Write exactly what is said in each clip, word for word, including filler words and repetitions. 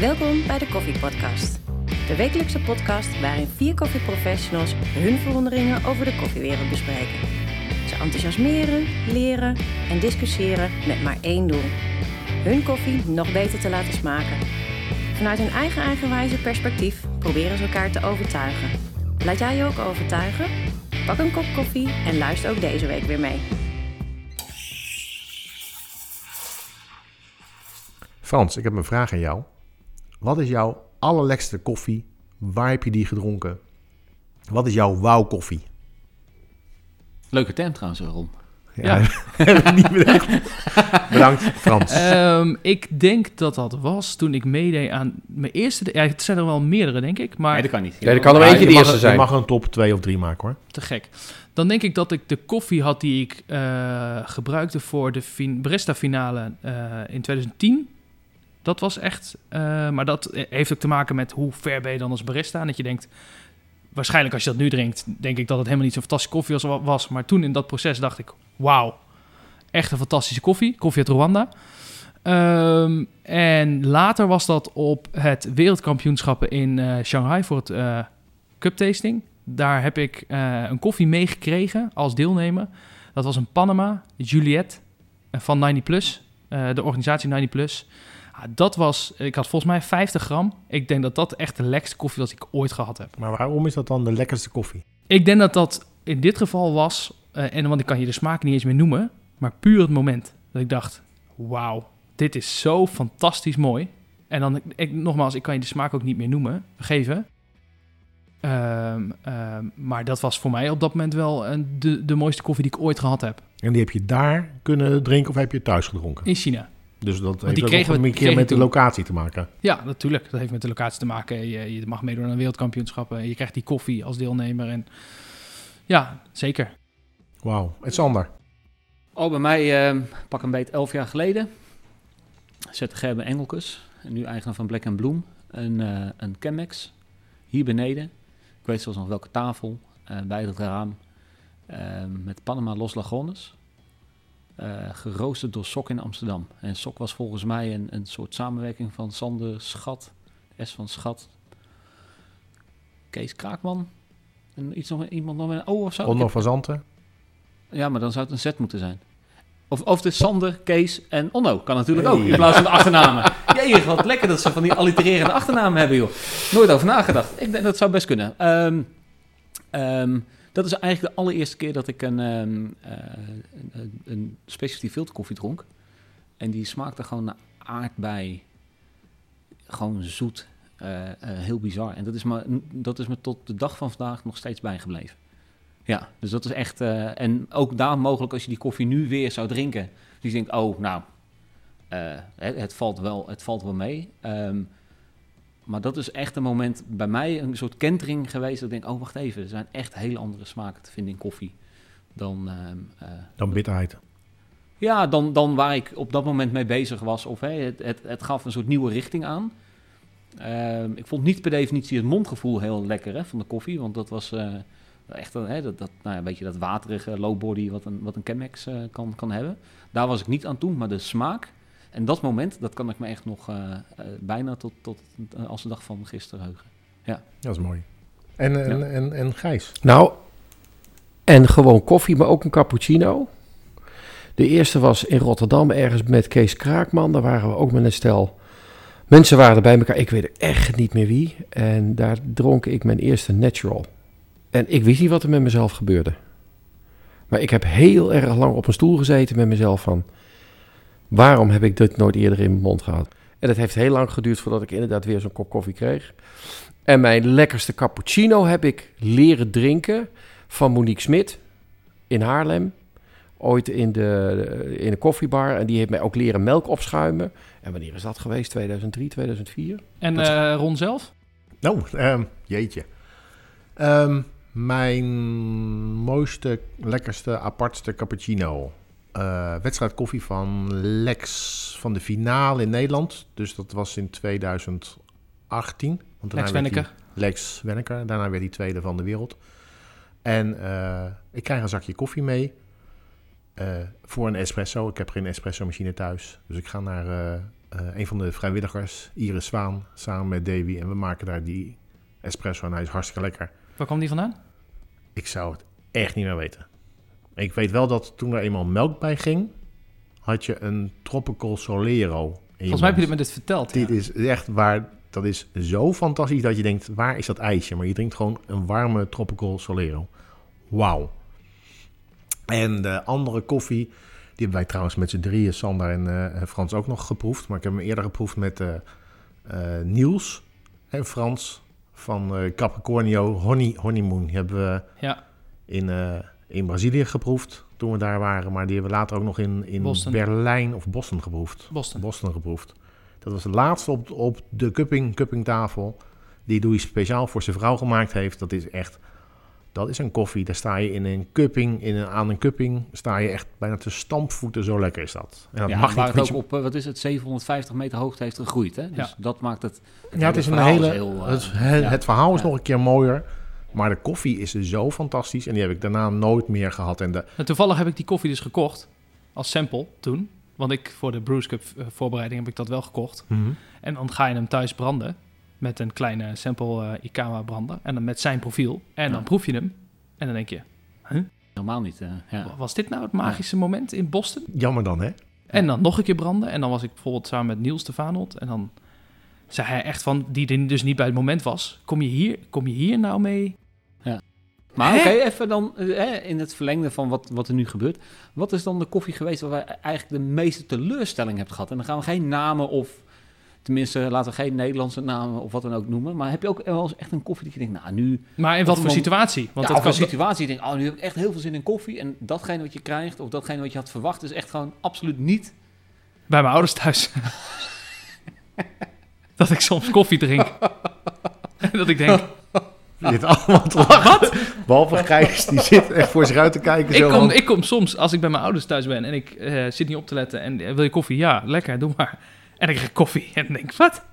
Welkom bij de Koffie Podcast. De wekelijkse podcast waarin vier koffieprofessionals hun verwonderingen over de koffiewereld bespreken. Ze enthousiasmeren, leren en discussiëren met maar één doel: hun koffie nog beter te laten smaken. Vanuit hun eigen eigenwijze perspectief proberen ze elkaar te overtuigen. Laat jij je ook overtuigen? Pak een kop koffie en luister ook deze week weer mee. Frans, ik heb een vraag aan jou. Wat is jouw allerlekkerste koffie? Waar heb je die gedronken? Wat is jouw wauw koffie? Leuke term trouwens, Ron. Ja, ja. Niet bedacht. Bedankt, Frans. Um, ik denk dat dat was toen ik meedeed aan mijn eerste... Ja, het zijn er wel meerdere, denk ik. Maar Nee, dat kan niet. Nee, dat kan er Ja, eentje je de mag, eerste zijn. Je mag een top twee of drie maken, hoor. te gek. Dan denk ik dat ik de koffie had die ik uh, gebruikte voor de fin- barista-finale uh, in twintig tien. Dat was echt... Uh, maar dat heeft ook te maken met hoe ver ben je dan als barista. En dat je denkt... Waarschijnlijk als je dat nu drinkt, denk ik dat het helemaal niet zo'n fantastische koffie was, was. Maar toen in dat proces dacht ik, wauw, echt een fantastische koffie. Koffie uit Rwanda. Um, en later was dat op het wereldkampioenschappen in uh, Shanghai voor het uh, cup tasting. Daar heb ik uh, een koffie meegekregen als deelnemer. Dat was een Panama Juliet van negentig plus, uh, de organisatie negentig plus. Ja, dat was, ik had volgens mij vijftig gram. Ik denk dat dat echt de lekkerste koffie was die ik ooit gehad heb. Maar waarom is dat dan de lekkerste koffie? Ik denk dat dat in dit geval was, uh, en want ik kan je de smaak niet eens meer noemen, maar puur het moment dat ik dacht, wauw, dit is zo fantastisch mooi. En dan, ik, nogmaals, ik kan je de smaak ook niet meer noemen, geven. Um, um, maar dat was voor mij op dat moment wel een, de, de mooiste koffie die ik ooit gehad heb. En die heb je daar kunnen drinken of heb je thuis gedronken? In China. Dus dat die heeft ook kregen nog we- een keer kregen met de toen. locatie te maken. Ja, natuurlijk. Dat heeft met de locatie te maken. Je, je mag meedoen aan wereldkampioenschappen. Je krijgt die koffie als deelnemer. En ja, zeker. Wauw. En Sander? Oh, bij mij uh, pak een beet elf jaar geleden. Zette Gerben Engelkes, nu eigenaar van Black and Bloom, een, uh, een Chemex hier beneden. Ik weet zelfs nog welke tafel, uh, bij het raam, uh, met Panama Los Lagones. Uh, geroosterd door Sok in Amsterdam. En Sok was volgens mij een, een soort samenwerking van Sander Schat, S van Schat, Kees Kraakman, en iets nog, iemand nog met een O of zo. Onno van Zanten? Ja, maar dan zou het een Z moeten zijn. Of, of de Sander, Kees en Onno. Kan natuurlijk Hey. ook, in plaats van de achternamen. Jee, wat lekker dat ze van die allitererende achternamen hebben, joh. Nooit over nagedacht. Ik denk dat zou best kunnen. Um, um, dat is eigenlijk de allereerste keer dat ik een, um, uh, een, een specialty filterkoffie dronk. En die smaakte gewoon naar aardbei. Gewoon zoet. Uh, uh, heel bizar. En dat is, me, dat is me tot de dag van vandaag nog steeds bijgebleven. Ja, dus dat is echt... Uh, en ook daar mogelijk als je die koffie nu weer zou drinken. Dus je denkt, oh, nou, uh, het, het, valt wel, het valt wel mee. Um, maar dat is echt een moment bij mij, een soort kentering geweest. Dat ik denk, oh, wacht even. Er zijn echt hele andere smaken te vinden in koffie dan... Um, uh, Dan bitterheid. Ja, dan, dan waar ik op dat moment mee bezig was. Of hey, het, het, het gaf een soort nieuwe richting aan. Uh, ik vond niet per definitie het mondgevoel heel lekker hè, van de koffie. Want dat was... Uh, Echt hè, dat, dat, nou ja, een beetje dat waterige low body wat een, wat een Chemex uh, kan, kan hebben. Daar was ik niet aan toe, maar de smaak en dat moment, dat kan ik me echt nog uh, uh, bijna tot, tot uh, als de dag van gisteren heugen. Ja. Dat is mooi. En, en, Ja. en, en Gijs? Nou, en gewoon koffie, maar ook een cappuccino. De eerste was in Rotterdam, ergens met Kees Kraakman. Daar waren we ook met een stel. Mensen waren er bij elkaar, ik weet echt niet meer wie. En daar dronk ik mijn eerste natural. En ik wist niet wat er met mezelf gebeurde. Maar ik heb heel erg lang op een stoel gezeten met mezelf van... waarom heb ik dit nooit eerder in mijn mond gehad? En het heeft heel lang geduurd voordat ik inderdaad weer zo'n kop koffie kreeg. En mijn lekkerste cappuccino heb ik leren drinken van Monique Smit in Haarlem. Ooit in de, in een koffiebar. En die heeft mij ook leren melk opschuimen. En wanneer is dat geweest? tweeduizend drie, tweeduizend vier? En Dat- uh, Ron zelf? Nou, um, jeetje. Um, mijn mooiste, lekkerste, apartste cappuccino. Uh, wedstrijd koffie van Lex van de finale in Nederland. Dus dat was in tweeduizend achttien. Want Lex daarna werd Wenneker. hij- Lex Wenneker. Daarna werd hij tweede van de wereld. En uh, ik krijg een zakje koffie mee. Uh, voor een espresso. Ik heb geen espresso machine thuis. Dus ik ga naar uh, uh, een van de vrijwilligers, Iris Zwaan, samen met Davy. En we maken daar die espresso en hij is hartstikke lekker. Waar kwam die vandaan? Ik zou het echt niet meer weten. Ik weet wel dat toen er eenmaal melk bij ging, had je een Tropical Solero. Volgens mij heb je dit met dit verteld. Dit ja. is echt waar, dat is zo fantastisch dat je denkt, waar is dat ijsje? Maar je drinkt gewoon een warme Tropical Solero. Wauw. En de andere koffie, die hebben wij trouwens met z'n drieën, Sander en uh, Frans ook nog geproefd. Maar ik heb hem eerder geproefd met uh, uh, Niels en Frans van uh, Capricornio Honey, Honeymoon. Die hebben we ja. in, uh, in Brazilië geproefd toen we daar waren. Maar die hebben we later ook nog in, in Berlijn of Boston geproefd. Boston. Boston geproefd. Dat was de laatste op, op de cupping, cuppingtafel die Louis speciaal voor zijn vrouw gemaakt heeft. Dat is echt... Dat is een koffie, daar sta je in een cupping, in een, aan een cupping, sta je echt bijna te stampvoeten, zo lekker is dat. En dat ja, mag waar niet, het ook je... op, wat is het, zevenhonderdvijftig meter hoogte heeft gegroeid, hè? Dus ja. dat maakt het... het ja, het is een verhaal hele... Is heel, uh, het, het, ja. het verhaal is ja. nog een keer mooier, maar de koffie is zo fantastisch en die heb ik daarna nooit meer gehad. En de... En toevallig heb ik die koffie dus gekocht, als sample toen. Want ik, voor de Brews Cup uh, voorbereiding heb ik dat wel gekocht. Mm-hmm. En dan ga je hem thuis branden, met een kleine sample uh, Ikawa brander. En dan met zijn profiel. En dan Ja. proef je hem. En dan denk je, huh? Normaal niet, uh, ja. Was dit nou het magische ja. moment in Boston? Jammer dan, hè? En dan nog een keer branden. En dan was ik bijvoorbeeld samen met Niels de Vanelt. En dan zei hij echt van, die er dus niet bij het moment was. Kom je hier, kom je hier nou mee? Ja. Maar oké, okay, even dan uh, in het verlengde van wat, wat er nu gebeurt. Wat is dan de koffie geweest waar je eigenlijk de meeste teleurstelling hebt gehad? En dan gaan we geen namen of... Tenminste, laten we geen Nederlandse namen of wat dan ook noemen. Maar heb je ook wel eens echt een koffie dat je denkt, nou nu... Maar in wat voor situatie? Want ja, dat kan... situatie. Je denkt, oh nu heb ik echt heel veel zin in koffie. En datgene wat je krijgt of datgene wat je had verwacht is echt gewoon absoluut niet... Bij mijn ouders thuis. Dat ik soms koffie drink. En dat ik denk... Je zit allemaal te lachen. Wat? Behalve Gijs, die zit echt voor zich uit te kijken. Ik, zo kom, ik kom soms, als ik bij mijn ouders thuis ben en ik uh, zit niet op te letten en uh, wil je koffie? Ja, lekker, doe maar. En ik krijg koffie en dan denk ik, wat?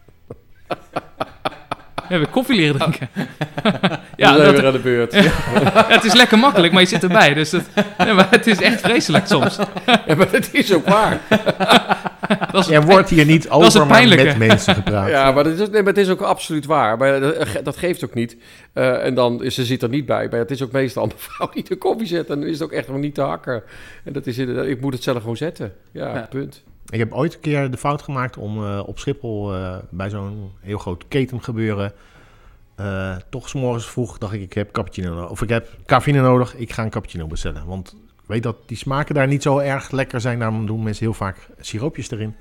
We hebben koffie leren drinken. Ja, dat is aan de beurt. Ja, het is lekker makkelijk, maar je zit erbij. Dus dat, ja, maar het is echt vreselijk soms. Ja, maar het is ook waar. Dat is, er wordt hier niet over, maar met mensen gepraat. Ja, maar het is, nee, maar het is ook absoluut waar. Maar dat, dat geeft ook niet. Uh, en dan, ze zit er niet bij. Maar het is ook meestal een vrouw die de koffie zet. En dan is het ook echt nog niet te hakken. En dat is, ik moet het zelf gewoon zetten. Ja, ja. Punt. Ik heb ooit een keer de fout gemaakt om uh, op Schiphol uh, bij zo'n heel groot ketengebeuren... Uh, toch 's morgens vroeg dacht ik, ik heb cappuccino nodig. Of ik heb cafeïne nodig, ik ga een cappuccino bestellen. Want ik weet dat die smaken daar niet zo erg lekker zijn. Daarom doen mensen heel vaak siroopjes erin.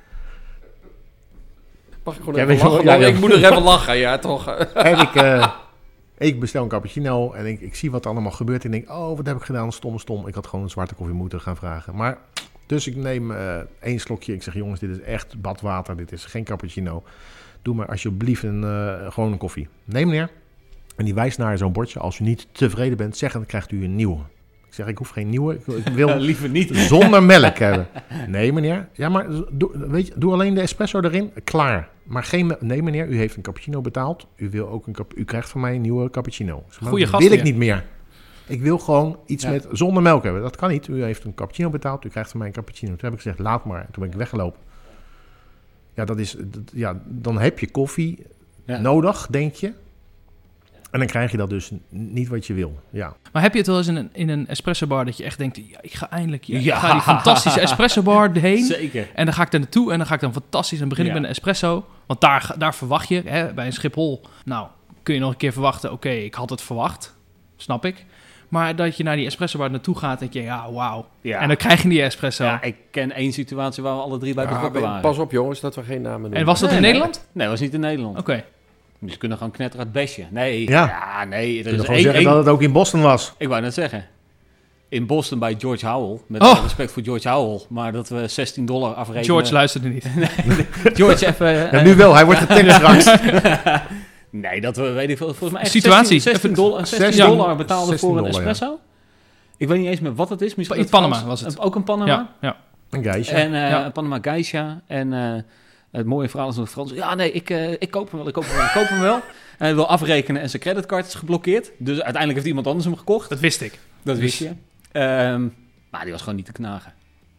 Mag ik gewoon ja, even lachen? Ja, ja. Ik moet er even lachen, ja toch. En ik, uh, ik bestel een cappuccino en ik, ik zie wat er allemaal gebeurt. En ik denk, oh, wat heb ik gedaan? Stom, stom. Ik had gewoon een zwarte koffie moeten gaan vragen. Maar, dus ik neem uh, één slokje. Ik zeg, jongens, dit is echt badwater. Dit is geen cappuccino. Doe maar alsjeblieft een, uh, gewoon een koffie. Nee, meneer. En die wijst naar zo'n bordje. Als u niet tevreden bent, zeg dan krijgt u een nieuwe. Ik zeg, ik hoef geen nieuwe. Ik, ik wil liever niet. Zonder melk hebben. Nee, meneer. Ja, maar doe, weet je, doe alleen de espresso erin. Klaar. Maar geen... Nee, meneer. U heeft een cappuccino betaald. U wil ook een... U krijgt van mij een nieuwe cappuccino. Goeie dat gast, wil ik ja. niet meer. Ik wil gewoon iets ja. met zonder melk hebben. Dat kan niet. U heeft een cappuccino betaald. U krijgt van mij een cappuccino. Toen heb ik gezegd, laat maar. Toen ben ik weggelopen. Ja, dat is, dat, ja, dan heb je koffie ja. nodig, denk je. En dan krijg je dat dus niet wat je wil. Ja. Maar heb je het wel eens in een, in een espresso bar dat je echt denkt... Ja, ik ga eindelijk ja, ja. Ik ga die fantastische espresso bar heen. Zeker. En dan ga ik er naartoe en dan ga ik dan fantastisch... en begin ik ja. met een espresso. Want daar, daar verwacht je, hè, bij een Schiphol... Nou, kun je nog een keer verwachten... Oké, okay, ik had het verwacht. Snap ik. Maar dat je naar die espresso bar naartoe gaat... denk je, ja, wauw. Ja. En dan krijg je die espresso. Ja, ik ken één situatie waar we alle drie bij ja, betrokken waren. Pas op jongens, dat we geen namen noemen. En was dat nee, in nee. Nederland? Nee, dat was niet in Nederland. Oké. Okay. Dus kunnen gewoon knetter het bestje. Nee, ja, ja nee. Er is gewoon één, zeggen één... dat het ook in Boston was. Ik wou net zeggen. In Boston bij George Howell. Met oh. respect voor George Howell. Maar dat we zestien dollar afrekenen. George luisterde niet. nee, George even... Ja, uh, nu wel, hij wordt getagd straks. Nee, dat we, weet ik veel. Volgens mij echt situatie. zestien dollar, zestien dollar betaalde voor een espresso. Ja. Ik weet niet eens meer wat het is. Misschien in Panama was het. Ook een Panama. Ja, ja. Een geisha. En uh, ja. Panama geisha. En uh, het mooie verhaal is nog Frans. Ja, nee, ik, uh, ik koop hem wel, ik koop hem wel, ik koop hem wel. En hij wil afrekenen en zijn creditcard is geblokkeerd. Dus uiteindelijk heeft iemand anders hem gekocht. Dat wist ik. Dat wist je. Um, maar die was gewoon niet te knagen.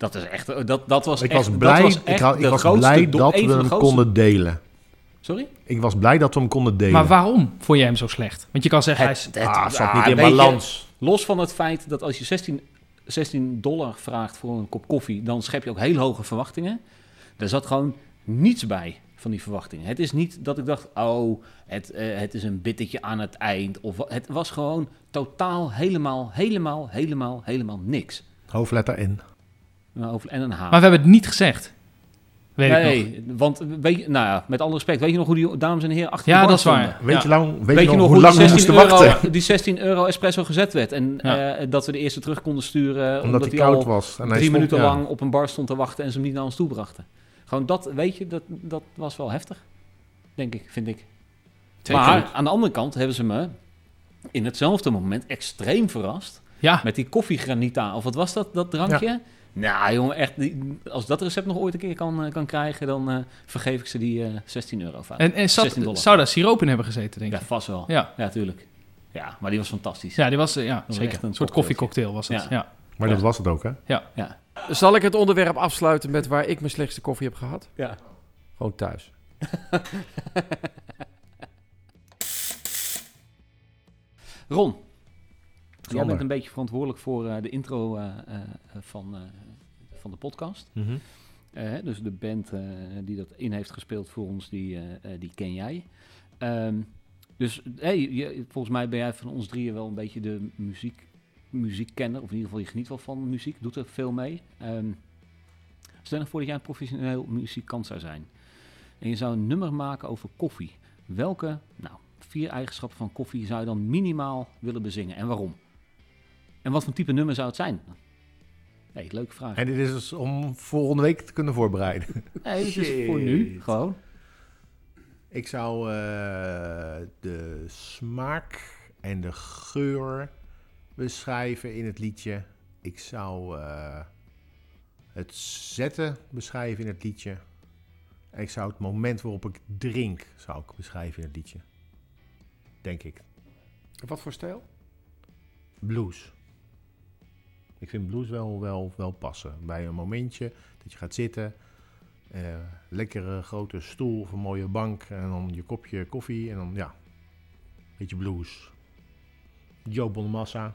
Dat is echt, dat, dat was Ik echt, was blij, dat was ik, echt had, ik de was grootste blij do- dat een we van de hem grootste- konden delen. Sorry? Ik was blij dat we hem konden delen. Maar waarom vond jij hem zo slecht? Want je kan zeggen, hij is... Het- Ah, het zat ah, niet in weet je, balans. Los van het feit dat als je zestien, zestien dollar vraagt voor een kop koffie, dan schep je ook heel hoge verwachtingen. Er zat gewoon niets bij van die verwachtingen. Het is niet dat ik dacht, oh, het, uh, het is een bittetje aan het eind. Of, wa- het was gewoon totaal helemaal, helemaal, helemaal, helemaal niks. Hoofdletter N. Nou, over- En een H. Maar we hebben het niet gezegd. Weet ik nog. nee, want weet je, nou ja, met alle respect, weet je nog hoe die dames en heren achter Ja, de bar dat is stonden? waar. Weet, Ja. je, lang, weet, Weet je je nog, nog hoe hoe lang die we moesten zestien, euro, wachten? die zestien euro espresso gezet werd? En Ja. eh, dat we de eerste terug konden sturen. Omdat, omdat hij hij koud al was. En hij drie stond- minuten ja. lang op een bar stond te wachten en ze hem niet naar ons toe brachten. Gewoon dat, weet je, dat, dat was wel heftig. Denk ik, vind ik. Zeker. Maar aan de andere kant hebben ze me in hetzelfde moment extreem verrast. Ja, Met die koffiegranita, of wat was dat, dat drankje? Nou jongen, echt, die, als dat recept nog ooit een keer kan, eh, kan krijgen, dan eh, vergeef ik ze die eh, zestien euro fout. en, en zat, zestien dollar. zou daar siroop in hebben gezeten, denk Ja, ik. vast wel. Ja, Ja, tuurlijk. Ja, maar die was fantastisch. ja die was, eh, ja was zeker. echt Een een soort cocktailtje. koffiecocktail was het. Ja. Ja. Maar Ja. dat was het ook, hè? Ja. Zal ik het onderwerp afsluiten met waar ik mijn slechtste koffie heb gehad? Ja. Gewoon thuis. Ron, jij Sander. bent een beetje verantwoordelijk voor eh, de intro eh, eh, van, eh, van de podcast. Mhm. Eh, dus de band eh, die dat in heeft gespeeld voor ons, die, eh, eh, die ken jij. Ehm, dus hey, je, volgens mij ben jij van ons drieën wel een beetje de muziek, muziekkenner. Of in ieder geval, je geniet wel van muziek, doet er veel mee. Ehm, stel je voor dat jij een professioneel muzikant zou zijn. En je zou een nummer maken over koffie. Welke, nou, vier eigenschappen van koffie zou je dan minimaal willen bezingen? En waarom? En wat voor type nummer zou het zijn? Nee, leuke vraag. En dit is dus om volgende week te kunnen voorbereiden. Nee, dit is voor Shit. nu, gewoon. Ik zou eh, de smaak en de geur beschrijven in het liedje. Ik zou eh, het zetten beschrijven in het liedje. En ik zou het moment waarop ik drink zou ik beschrijven in het liedje. Denk ik. Wat voor stijl? Blues. Ik vind blues wel, wel, wel passen. Bij een momentje dat je gaat zitten. Eh, lekkere grote stoel of een mooie bank. En dan je kopje koffie. En dan ja, een beetje blues. Joe Bonamassa.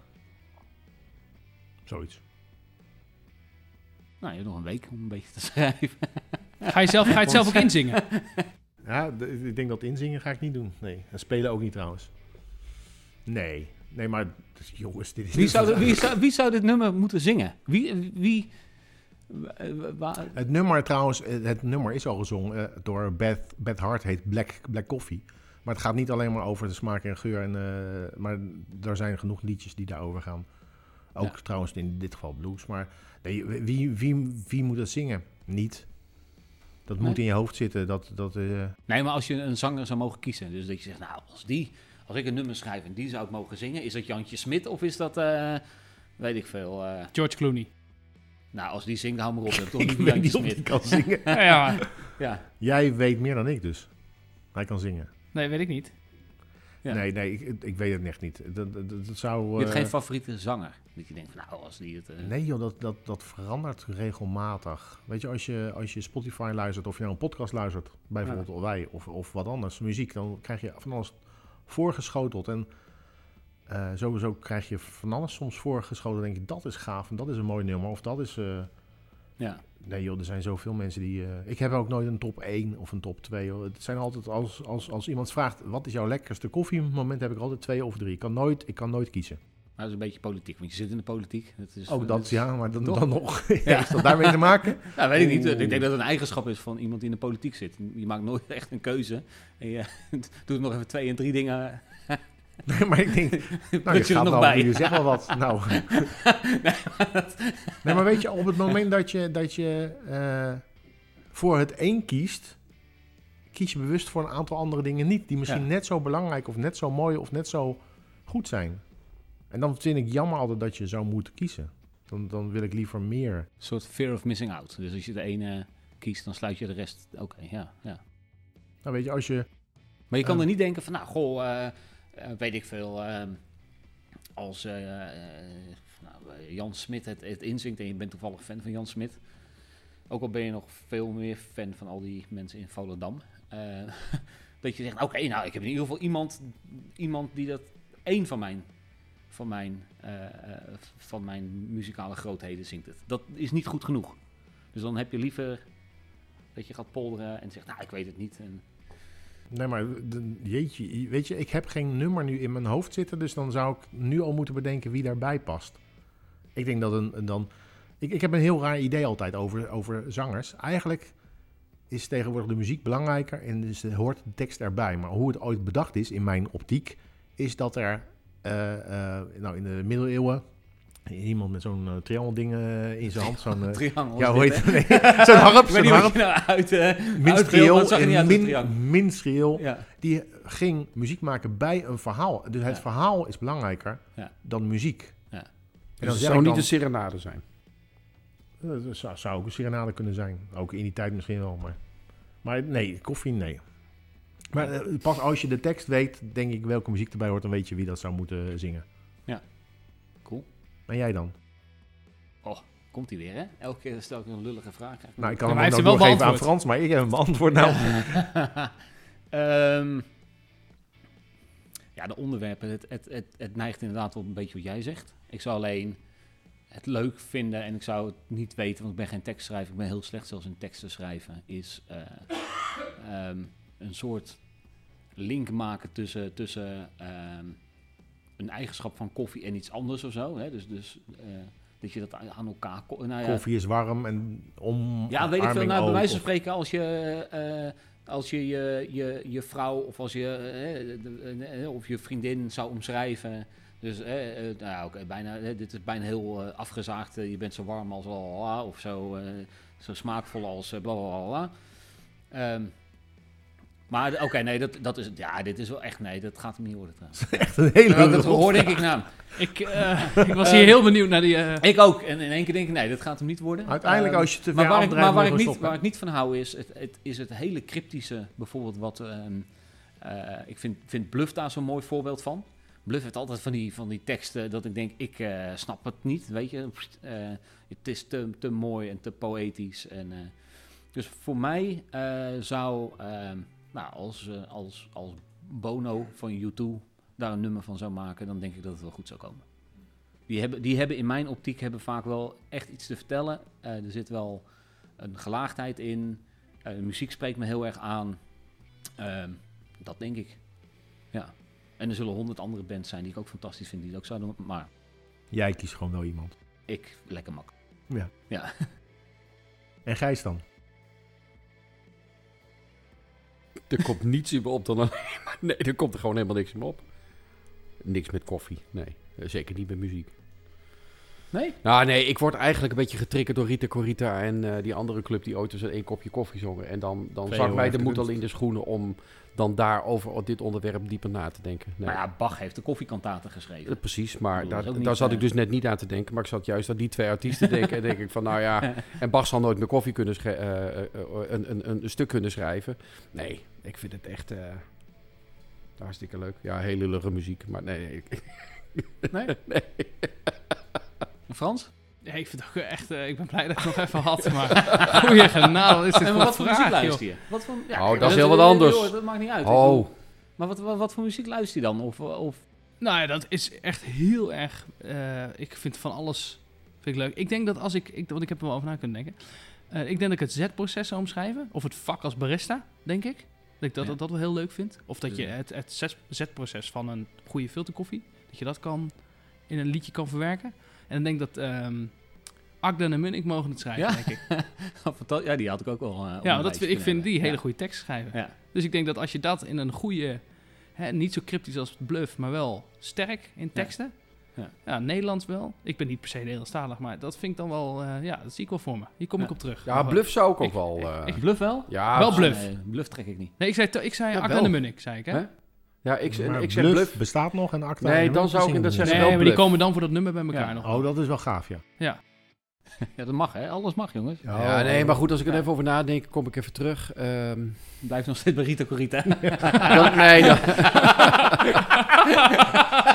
Zoiets. Nou, je hebt nog een week om een beetje te schrijven. Ga, je zelf, ga je het zelf ook inzingen? Ja, d- ik denk dat inzingen ga ik niet doen. Nee, en spelen ook niet trouwens. Nee, nee, maar dus, jongens, dit is... Wie zou, wie, zou, wie zou dit nummer moeten zingen? Wie... wie eh, wa- Het nummer trouwens, eh, het nummer is al gezongen eh, door Beth, Beth Hart, heet Black, Black Coffee. Maar het gaat niet alleen maar over de smaak en geur. En, eh, maar er zijn genoeg liedjes die daarover gaan. Ook Ja. trouwens in dit geval blues. Maar nee, wie, wie, wie moet dat zingen? Niet. Dat Nee. moet in je hoofd zitten. Dat, dat, eh, Nee, maar als je een zanger zou mogen kiezen. Dus dat je zegt, nou, als die... Als ik een nummer schrijf en die zou ik mogen zingen. Is dat Jantje Smit of is dat... eh, weet ik veel. eh, George Clooney. nou, als die zingt, hou maar op. Je hebt toch ik niet weet Jantje niet of Smit. hij kan zingen. Ja, ja, Ja. Jij weet meer dan ik dus. Hij kan zingen. nee, weet ik niet. Ja. Nee, nee, ik, ik weet het echt niet. Dat, dat, dat zou... Je hebt eh, geen favoriete zanger. Dat je denkt, van, nou, als die het... eh, Nee joh, dat, dat, dat verandert regelmatig. Weet je, als je, als je Spotify luistert of je naar een podcast luistert, bijvoorbeeld of wij of, of wat anders, muziek, dan krijg je van alles voorgeschoteld. En eh, sowieso krijg je van alles soms voorgeschoteld. Dan denk je, dat is gaaf en dat is een mooi nummer of dat is... eh, ja. Nee joh, er zijn zoveel mensen die... eh, ik heb ook nooit een top één of een top twee. Hoor. Het zijn altijd, als, als, als iemand vraagt, wat is jouw lekkerste koffiemoment, heb ik er altijd twee of drie. Ik kan nooit, ik kan nooit kiezen. Maar dat is een beetje politiek, want je zit in de politiek. Dat is, Ook dat, is- ja, maar dan, toch? dan nog. Ja. Is dat daarmee te maken? Nou, weet ik niet. Oeh. Ik denk dat het een eigenschap is van iemand die in de politiek zit. Je maakt nooit echt een keuze. En je doet nog even twee en drie dingen. Nee, maar ik denk, nou, je Put je er gaat nog wel, bij. je zegt wel wat. Nou. Nee, maar weet je, op het moment dat je, dat je eh, voor het één kiest, kies je bewust voor een aantal andere dingen niet, die misschien Ja. net zo belangrijk of net zo mooi of net zo goed zijn. En dan vind ik jammer altijd dat je zou moeten kiezen. Dan, dan wil ik liever meer. Een soort fear of missing out. Dus als je de ene kiest, dan sluit je de rest. Oké, ja, ja. Nou, weet je, als je... Maar je kan Ehm. er niet denken van, nou, goh, eh, eh, weet ik veel. ehm, als uh, uh, nou, Jan Smit het, het inzingt en je bent toevallig fan van Jan Smit. Ook al ben je nog veel meer fan van al die mensen in Volendam. Uh, dat je zegt, oké, okay, nou, ik heb in ieder geval iemand, iemand die dat, één van mijn, van mijn, uh, uh, van mijn muzikale grootheden zingt het. Dat is niet goed genoeg. Dus dan heb je liever dat je gaat polderen en zegt, nou, ik weet het niet. En nee, maar de, jeetje, weet je, ik heb geen nummer nu in mijn hoofd zitten, dus dan zou ik nu al moeten bedenken wie daarbij past. Ik denk dat een, een dan... Ik, ik heb een heel raar idee altijd over, over zangers. Eigenlijk is tegenwoordig de muziek belangrijker en dus hoort de tekst erbij. Maar hoe het ooit bedacht is, in mijn optiek, is dat er uh, uh, nou in de middeleeuwen iemand met zo'n uh, triangelding uh, in zijn hand, zo'n uh, triangel. Ja, hoe heet het? Nee, zo'n harp, zo'n harp. Nou uit, uh, minstreel, uit min, minstreel. Ja. Die ging muziek maken bij een verhaal. Dus het ja. verhaal is belangrijker ja. dan muziek. Ja. En dan dus het zou niet dan, een serenade zijn. Dat zou, zou ook een serenade kunnen zijn. Ook in die tijd misschien wel, maar... Maar nee, koffie, nee. Maar uh, pas als je de tekst weet, denk ik welke muziek erbij hoort, dan weet je wie dat zou moeten zingen. Ja, cool. En jij dan? Oh, komt hij weer, hè? Elke keer stel ik een lullige vraag. Nou, ik kan ja, hem ook nog doorgeven aan Frans, maar ik heb hem beantwoord nou. um, ja, de onderwerpen, het, het, het, het neigt inderdaad wel een beetje wat jij zegt. Ik zou alleen het leuk vinden en ik zou het niet weten, want ik ben geen tekstschrijver, ik ben heel slecht zelfs in teksten schrijven, is uh, um, een soort link maken tussen, tussen um, een eigenschap van koffie en iets anders of zo. Hè? Dus, dus uh, dat je dat aan elkaar... Nou ja, koffie is warm en om. Ja, weet ik veel. Nou, bij wijze van spreken, als je, uh, als je, je, je je vrouw of als je uh, uh, of je vriendin zou omschrijven. Dus uh, uh, nou, okay, bijna, uh, dit is bijna heel uh, afgezaagd. Uh, je bent zo warm als blablabla, of zo, uh, zo smaakvol als uh, blablabla. Um, Maar oké, okay, nee, dat, dat is ja, dit is wel echt, nee, dat gaat hem niet worden trouwens. Echt een hele ja, dat hoor denk ik naam. Ik, uh, ik was hier heel benieuwd naar die... Uh... Ik ook, en in één keer denk ik, nee, dat gaat hem niet worden. Uiteindelijk um, als je te ver maar waar, ik, maar waar, ik niet, stoppen. waar ik niet van hou is het, het, is het hele cryptische, bijvoorbeeld wat... Um, uh, ik vind, vind Bluff daar zo'n mooi voorbeeld van. Bluff heeft altijd van die, van die teksten dat ik denk, ik uh, snap het niet, weet je. Uh, het is te, te mooi en te poëtisch. En, uh, dus voor mij uh, zou... Uh, Nou, als, uh, als, als Bono van U twee daar een nummer van zou maken, dan denk ik dat het wel goed zou komen. Die hebben, die hebben in mijn optiek hebben vaak wel echt iets te vertellen. Uh, er zit wel een gelaagdheid in. Uh, de muziek spreekt me heel erg aan. Uh, dat denk ik. Ja. En er zullen honderd andere bands zijn die ik ook fantastisch vind, die dat ook zouden... Maar jij kiest gewoon wel iemand. Ik, lekker makkelijk. Ja. Ja. En Gijs dan? Er komt niets in me op dan alleen maar... Nee, er komt er gewoon helemaal niks in me op. Niks met koffie, nee. Zeker niet met muziek. Nee? Nou, nee, ik word eigenlijk een beetje getriggerd door Rita Corita en uh, die andere club die ooit eens één kopje koffie zongen. En dan, dan zag mij de moed al in de schoenen om dan daarover op dit onderwerp dieper na te denken. Nee. Maar ja, Bach heeft de koffiekantaten geschreven. Uh, precies, maar bedoel, daar, niet, daar zat uh... ik dus net niet aan te denken. Maar ik zat juist aan die twee artiesten denken. En denk ik van, nou ja, en Bach zal nooit meer koffie kunnen schrijven, uh, uh, uh, een, een, een stuk kunnen schrijven. Nee, ik vind het echt uh, hartstikke leuk. Ja, hele lullige muziek, maar nee. Nee? nee. nee. Frans? Ja, ik vind het ook echt... Uh, ik ben blij dat ik nog even had, maar... Goeie genade, is dit en voor wat voor vraag, muziek luister je? Wat voor, ja, oh, kijk, dat is heel wat anders. Joh, dat maakt niet uit. Oh. Bedoel, maar wat, wat, wat voor muziek luister je dan? Of, of... Nou ja, dat is echt heel erg... Uh, ik vind van alles vind ik leuk. Ik denk dat als ik... ik want ik heb er wel over na kunnen denken. Uh, ik denk dat ik het Z-proces zou omschrijven. Of het vak als barista, denk ik. Dat ik dat, ja. dat, dat wel heel leuk vind. Of dat je het, het Z-proces van een goede filterkoffie... dat je dat kan in een liedje kan verwerken. En dan denk ik dat... Um, Agda en Munnik mogen het schrijven, ja? denk ik. Ja, die had ik ook wel. Uh, ja, dat vind, ik vind die hele ja. goede tekst schrijven. Ja. Dus ik denk dat als je dat in een goede, hè, niet zo cryptisch als Bluff, maar wel sterk in teksten. Ja, ja. ja Nederlands wel. Ik ben niet per se Nederlandstalig, maar dat vind ik dan wel, uh, ja, dat zie ik wel voor me. Hier kom ja. ik op terug. Ja, Bluff zou ik ook ik, wel. Uh... Ik, ik, bluff wel? Ja, wel Bluff. Nee, Bluff trek ik niet. Nee, ik zei, ik zei ja, Agda en Munnik, zei ik, hè? Hè? Ja, ik, maar ik zeg Bluff, Bluff bestaat nog en Agda. Nee, dan zou ik in dat zeggen Nee, wel maar Bluff. die komen dan voor dat nummer bij elkaar ja. nog. Oh, dat is wel gaaf, ja. Ja. Ja, dat mag, hè? Alles mag, jongens. Oh, ja, nee, maar goed, als ik er ja. even over nadenk, kom ik even terug. Um... Blijf nog steeds bij Rita Corita. dan, nee, dan...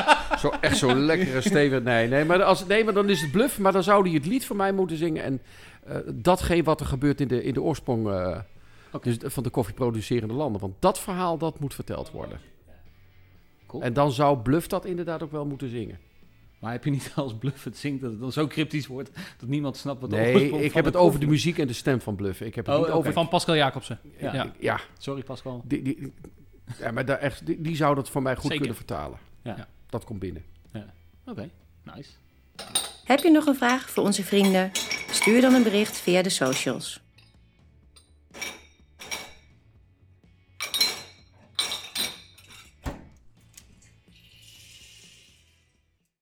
Zo, echt zo'n lekkere stevig. Nee, nee, maar als, nee, maar dan is het bluff. Maar dan zou hij het lied voor mij moeten zingen. En uh, datgene wat er gebeurt in de, in de oorsprong uh, okay. dus van de koffieproducerende landen. Want dat verhaal, dat moet verteld worden. Cool. En dan zou Bluff dat inderdaad ook wel moeten zingen. Maar heb je niet als Bluff het zingt dat het dan zo cryptisch wordt dat niemand snapt wat de nee, oorsprong van ik heb het koffie... over de muziek en de stem van Bluff. Ik heb het oh, niet okay. over... Van Pascal Jacobsen. Ja. ja. ja. Sorry Pascal. Die, die, ja, maar daar echt, die, die zou dat voor mij goed Zeker. kunnen vertalen. Ja. Ja. Dat komt binnen. Ja. Oké, okay. Nice. Heb je nog een vraag voor onze vrienden? Stuur dan een bericht via de socials.